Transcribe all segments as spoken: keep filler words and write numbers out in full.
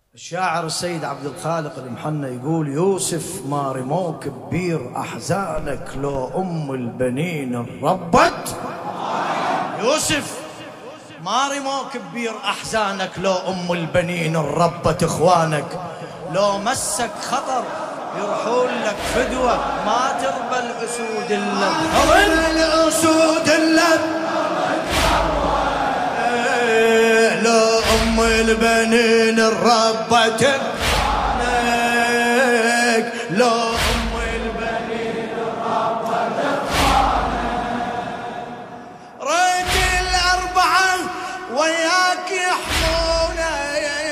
الشاعر السيد عبد الخالق المحنى يقول: يوسف ما رموك ببير أحزانك لو أم البنين ربت. يوسف ما رموك ببير أحزانك لو أم البنين ربت إخوانك. لو مسك خطر يرحول لك فدوة ما تربى الأسود إلا بحضن الأسود إلا لو أم البنين ربتك. لو أم البنين ربتك ريت الأربعة وياك يحمونك.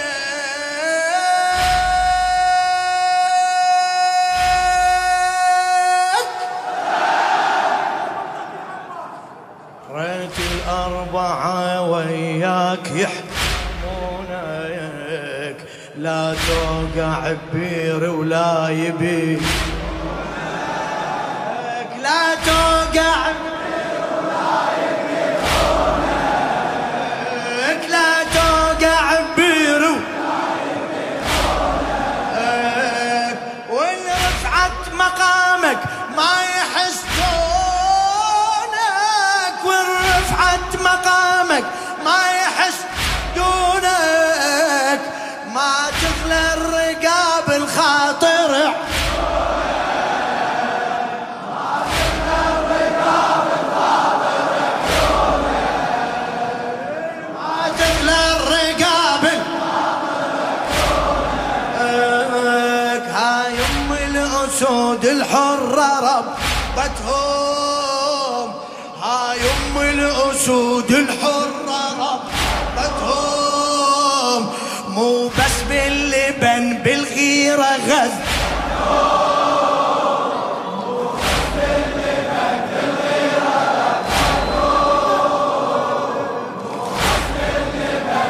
ريت الأربعة وياك يحمونك. لا توقع ببير ولا يبي لا توقع ببير ولا يبي لا توقع ببير ولا يبي وإن رفعت مقامك ما يحسدونك. وإن رفعت مقامك ما يحس دونك. ما تغلى الرقاب الخاطر ما تغلى الرقاب الخاطر ما تغلى الرقاب هاي ام الاسود الحرة ربتهم. هاي ام الاسود الحرة ربتهم. مو بس باللبن بالغيرة غز مو بس باللبن بالغيرة مو بس باللبن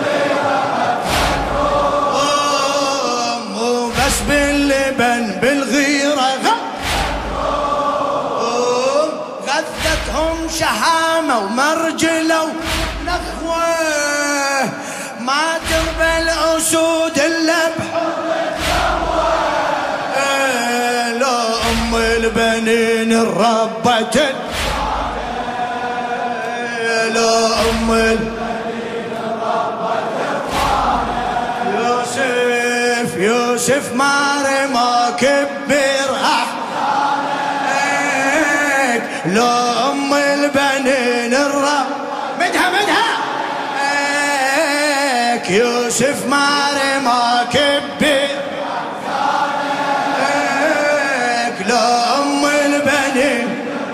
بالغيرة مو بس باللبن بالغيرة غذتهم شهامة ومرجلة ونخوة. ما تربى الأسود إلا بحر الهوى. لو أم البنين ربتك. لو أم البنين ربتك. يوسف يوسف ما رماك ببير أحزانك. لو أم البنين الرب مدها مدها يوسف ما رماك ببير أحزانك. لو أم البنين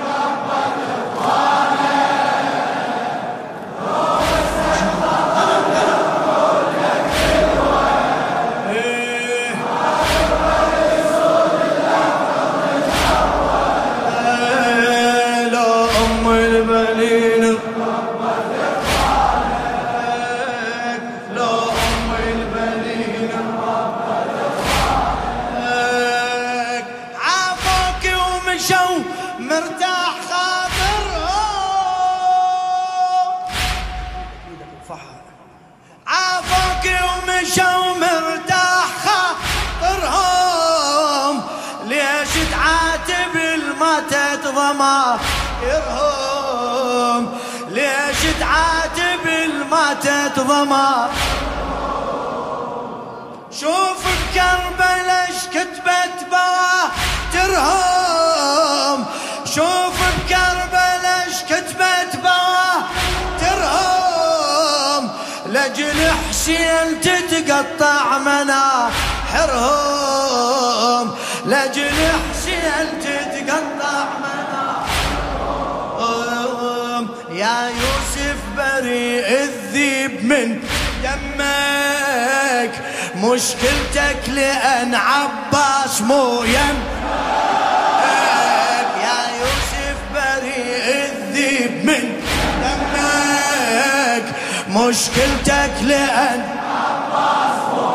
لو أم البنين مرتاح خاطرهم. عافوك ومشوا مرتاح خاطرهم. ليش تعاتب الماتت ضمائرهم. ليش تعاتب الماتت ضمائرهم. شوف بكربلاء ايش كتبت بواترهم. شوف بكربلاء ايش كتبت بواترهم. لجل حسين تتقطع مناحرهم. لجل حسين تتقطع مناحرهم. يا يوسف بريء الذيب من دمك. مشكلتك لأن عباس مو يم. يا يوسف بريء الذيب من دمك. مشكلتك لأن عباس مو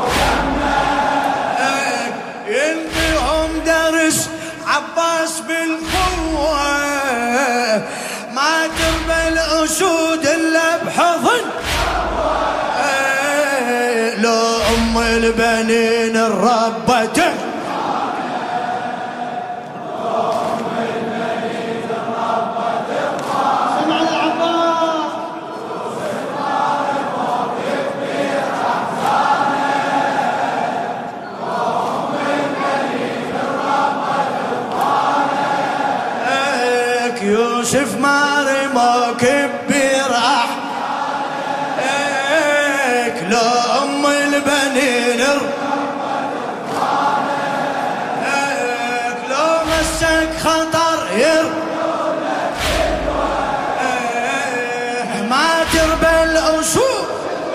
يمك. ينطيهم درس عباس بالقوة. ما تربى الأسود إلا بحضن لو أم أم البنين الربته يوسف ما رمى كبير أحيك لو أم البنين أحيك لو مسك خطر ير ما تربى الأسود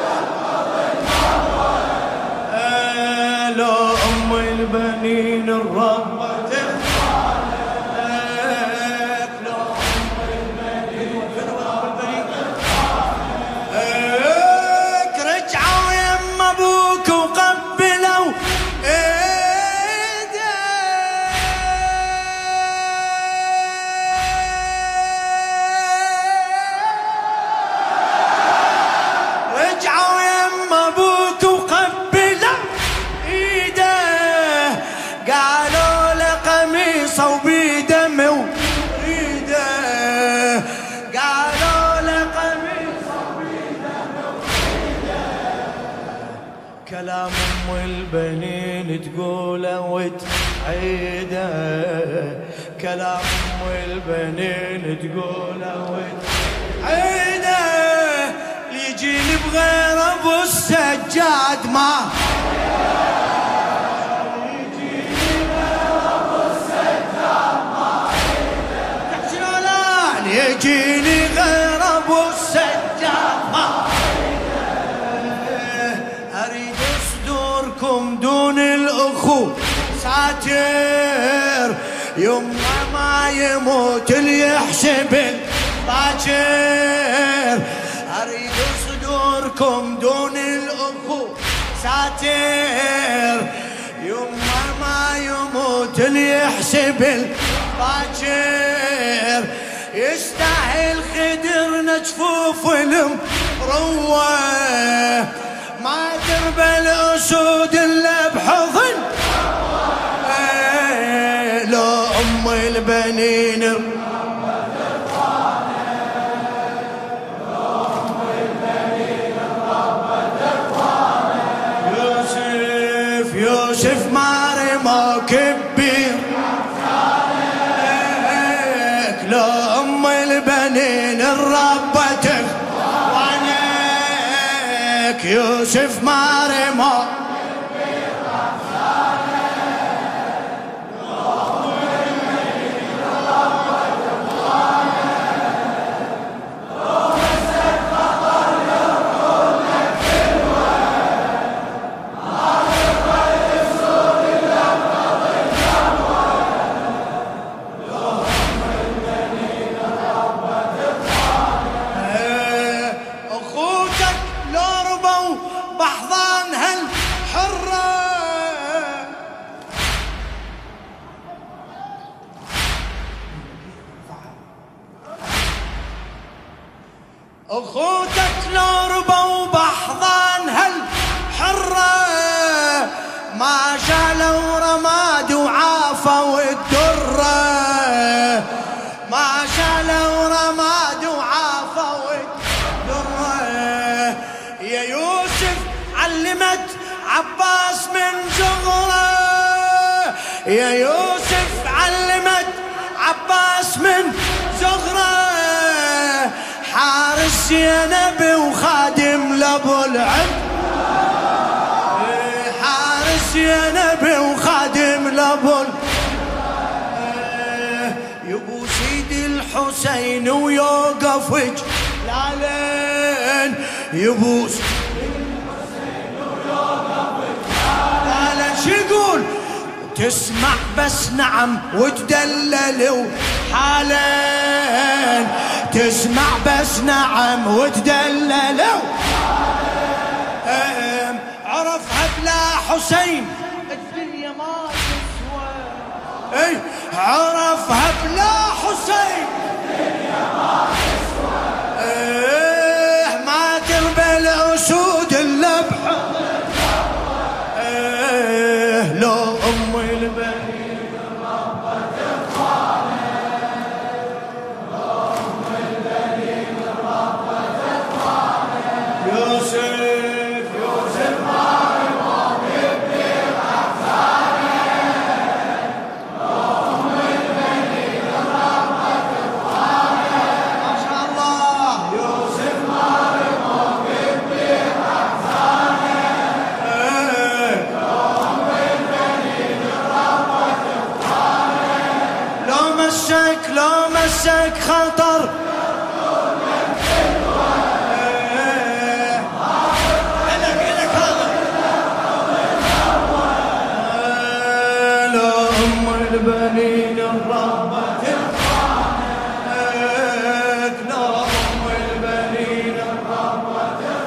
لو أم البنين الرب كلام أم البنين تقوله وتعيده كلام أم البنين تقوله وتعيده يجيني بغير أبو السجاد ما يجيني بغير أبو السجاد ما يجيني غير أبو السجاد ما دون الأخو ساتر يوم ما يموت اللي يحسب باكر أريد صدوركم دون الأخو ساتر يوم ما يموت اللي يحسب باكر يستاهل خدرنا جفوف المروه ما تربى الأسود إلا بحضن ايه لو أم البنين يوسف يوسف ما رمى كبير لو أم البنين الربته يوسف ما رمى أخوتك لو ربوا بحضان هالحرة ما شالوا رماد وعافوا الدرة ما شالوا رماد وعافوا الدرة يا يوسف علمت عباس من صغره يا يوسف علمت عباس من صغره حارس يا نبي وخادم لابو العب حارس يا نبي وخادم لابو يبو سيدي الحسين ويوقف جلالين يبو سيدي الحسين ويوقف جلالين شو يقول تسمع بس نعم وتدلل وحالين تسمع بس نعم وتدلل عرفها بلا حسين الدنيا ما تسوى اي عرفها بلا حسين الدنيا ما تسوى ايه ما تربى الاسود الا بحضن راسك خطر البنين الربة ترفعك، لو أم البنين الربة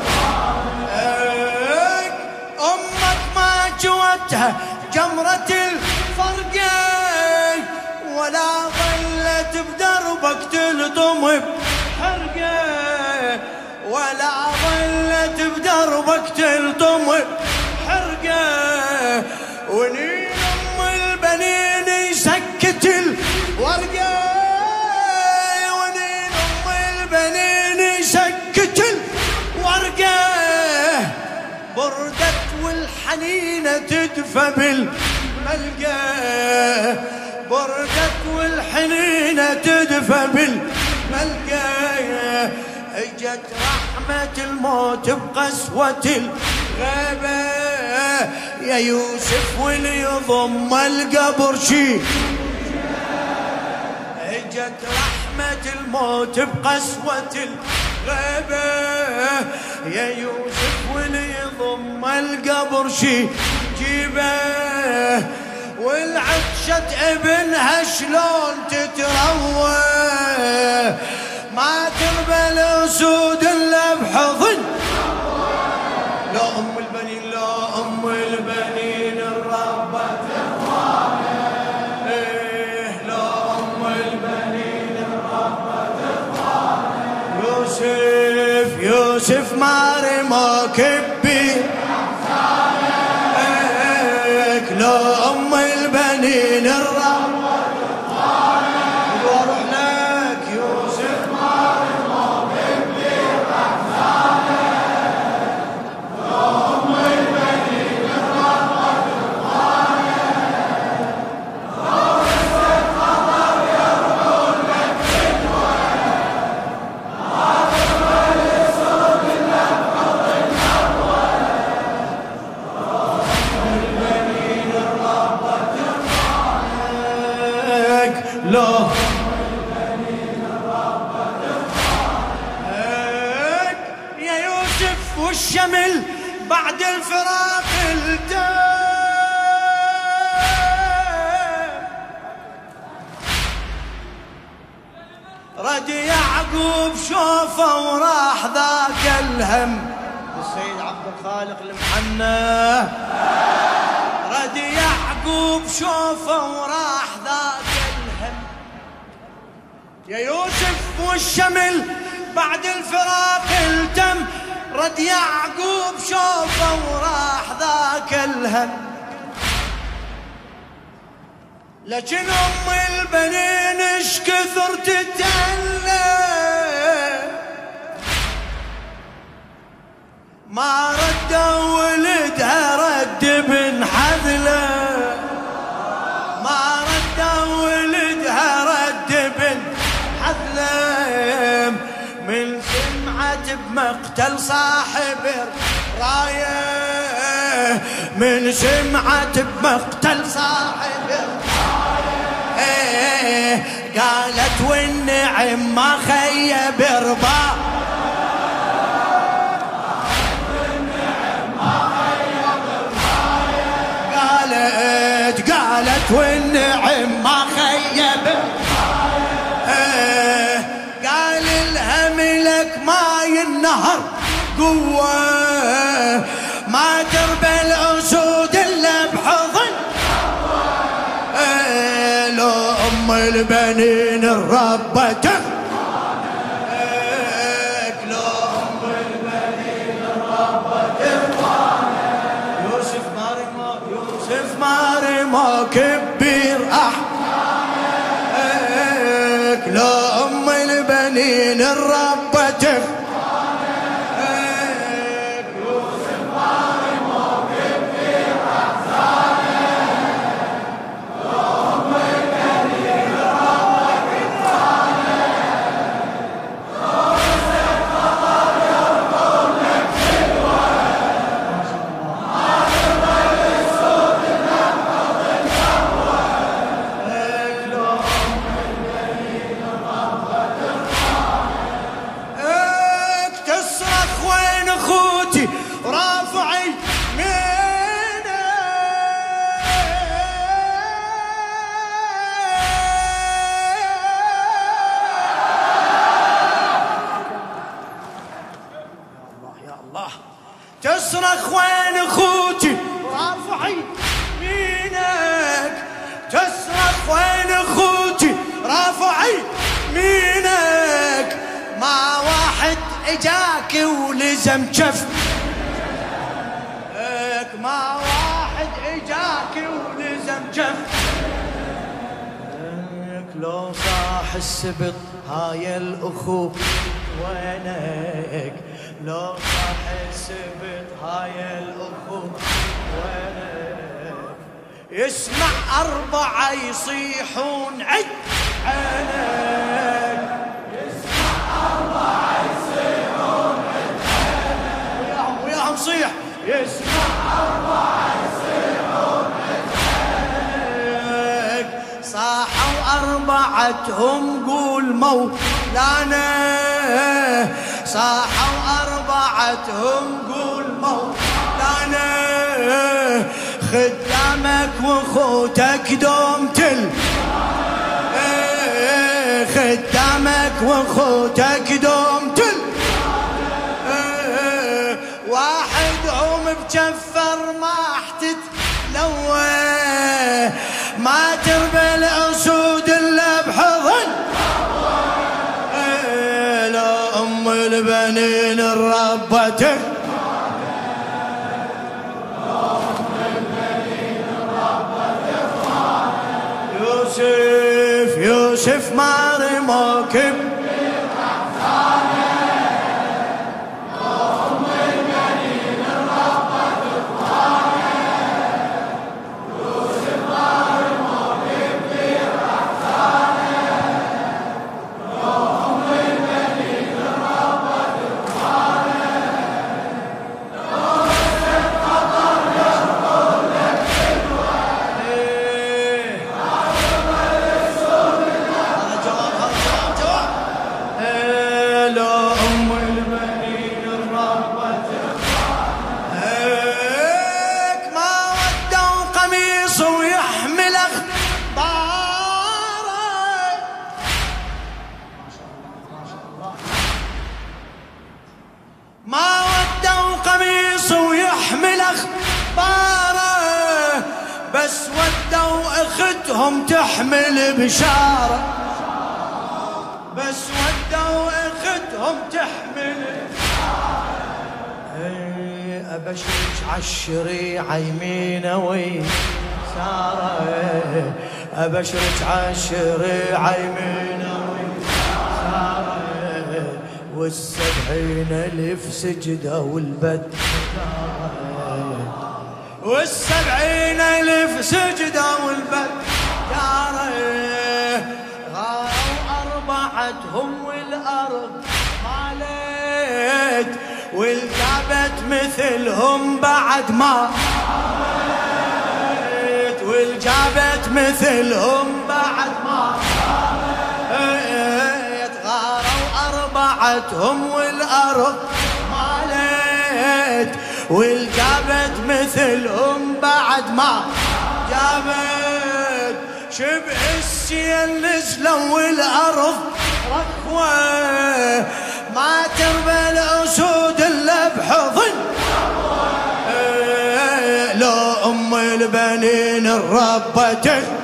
ترفعك. أمك ما جوتها جمرة الفرقة، ولا ظلت بدربك تلطم بحرقة، ولا ظلت بدربك تلطم بحرقة. ونين أم البنين سكت الورقة، ونين أم البنين سكت الورقة. بردت والحنينة تدفى بالملقى، بردت والحنينة تدفى بالملقى. اجت رحمة الموت بقسوة الغابة يا يوسف، واللي يضم القبر شي. اجت رحمة الموت بقسوة الغابة يا يوسف، واللي يضم القبر شي جيبه. والعطشة ابنها شلون تتروى، ما تربى الاسود الا بحضن. لا ام البنين، لا ام البنين الربة ترفعك، إيه لا ام البنين الربة ترفعك. يوسف يوسف ما رماك ببير احزانك، لا ام البنين الربة ترفعك. واروح لك يوسف ما رماك ببير احزانك، لا يا يوسف والشمل بعد الفراق التام. رد يعقوب شوفه وراح ذاك الهم. السيد عبد الخالق المحنى. رد يعقوب شوفه وراح ذاك الهم يا يوسف والشمل بعد الفراق التم. رد يعقوب شوفه وراح ذاك الهم. لكن ام البنين اش كثر تتألم، ما رد ولدها رد بن حذله، ما رد ولدها رد بن حذله. من سمعت بمقتل صاحب الرايه، من سمعت بمقتل صاحب الرايه. قالت والنعم ما خيب رباه، قالت والنعم ما خيب. اه قال الهم لك ماي النهر قوة، ما تربى الأسود إلا بحضن. اه لو أم البنين الربة ترفعك، لو أم البنين الربة ترفعك. يوسف ما رماك، يوسف ما رماك كبير أحزانك، لا أم البنين الربة ترفعك. يوسف ما رماك كبير أحزانك، لا أم البنين الربة ترفعك. عينك ما واحد اجاك ولزم جف ما واحد اجاك ولزم جف لو صاح السبط هاي الاخو وينك لو صاح السبط هاي الاخو وينك يسمع اربعه يصيحون عد عينك يسمع اربعه يصيحون عد عينك وياهم وياهم صيح يسمع اربعه يصيحون عد عينك صاحوا اربعتهم قول مولانا صاحوا أربعتهم قول مولانا خدامك وخوتك دوم تل خدامك وخوتك دوم تل واحد عم بجفر ما تتلوى ما تربى الأسود إلا بحضن البنين ربتك يوسف يوسف ما رماك ما ودوا قميص ويحمل اخباره بس ودوا اختهم تحمل بشاره بس ودوا اختهم تحمل اي ابشرك عالشريعه يمينه ويساره ابشرك عالشريعه يمينه ويساره والسبعين الف سجده والبد والسبعين الف سجده والبد غاروا اربعتهم والارض مالت والجابت مثلهم بعد ما والجابت مثلهم بعد ما أربعتهم والأرض مالت والجابت مثلهم بعد ما جابت شبه السيل نزلوا والأرض ركوة ما تربى الأسود إلا بحضن لو أم البنين ربتك